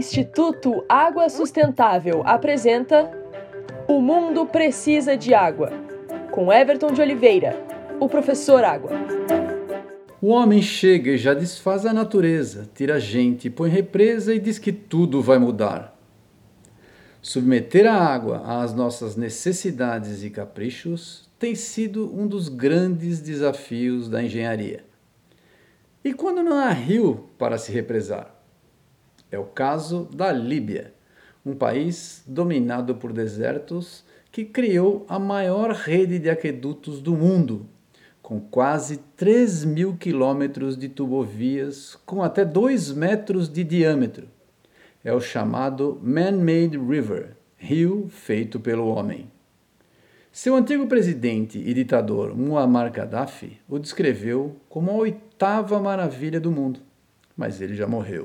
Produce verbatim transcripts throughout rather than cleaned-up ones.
Instituto Água Sustentável apresenta O Mundo Precisa de Água, com Everton de Oliveira, o professor Água. O homem chega e já desfaz a natureza, tira a gente, põe represa e diz que tudo vai mudar. Submeter a água às nossas necessidades e caprichos tem sido um dos grandes desafios da engenharia. E quando não há rio para se represar? É o caso da Líbia, um país dominado por desertos que criou a maior rede de aquedutos do mundo, com quase três mil quilômetros de tubovias com até dois metros de diâmetro. É o chamado Man-Made River, rio feito pelo homem. Seu antigo presidente e ditador Muammar Gaddafi o descreveu como a oitava maravilha do mundo, mas ele já morreu.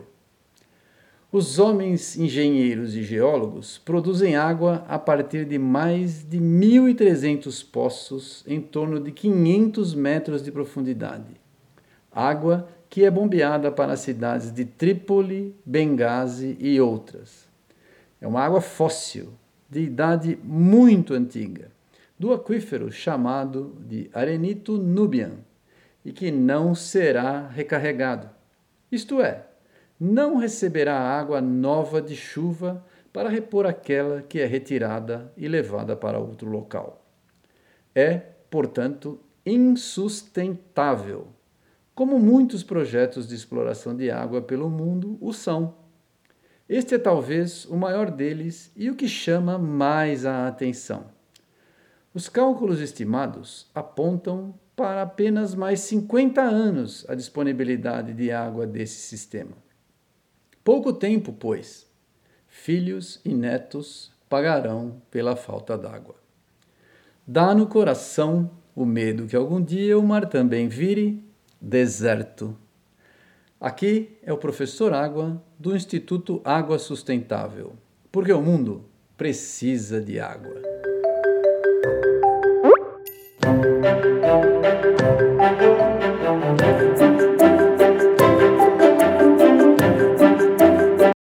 Os homens engenheiros e geólogos produzem água a partir de mais de mil e trezentos poços em torno de quinhentos metros de profundidade. Água que é bombeada para as cidades de Trípoli, Benghazi e outras. É uma água fóssil, de idade muito antiga, do aquífero chamado de Arenito Nubian, e que não será recarregado. Isto é, não receberá água nova de chuva para repor aquela que é retirada e levada para outro local. É, portanto, insustentável, como muitos projetos de exploração de água pelo mundo o são. Este é talvez o maior deles e o que chama mais a atenção. Os cálculos estimados apontam para apenas mais cinquenta anos a disponibilidade de água desse sistema. Pouco tempo, pois, filhos e netos pagarão pela falta d'água. Dá no coração o medo que algum dia o mar também vire deserto. Aqui é o professor Água do Instituto Água Sustentável, porque o mundo precisa de água.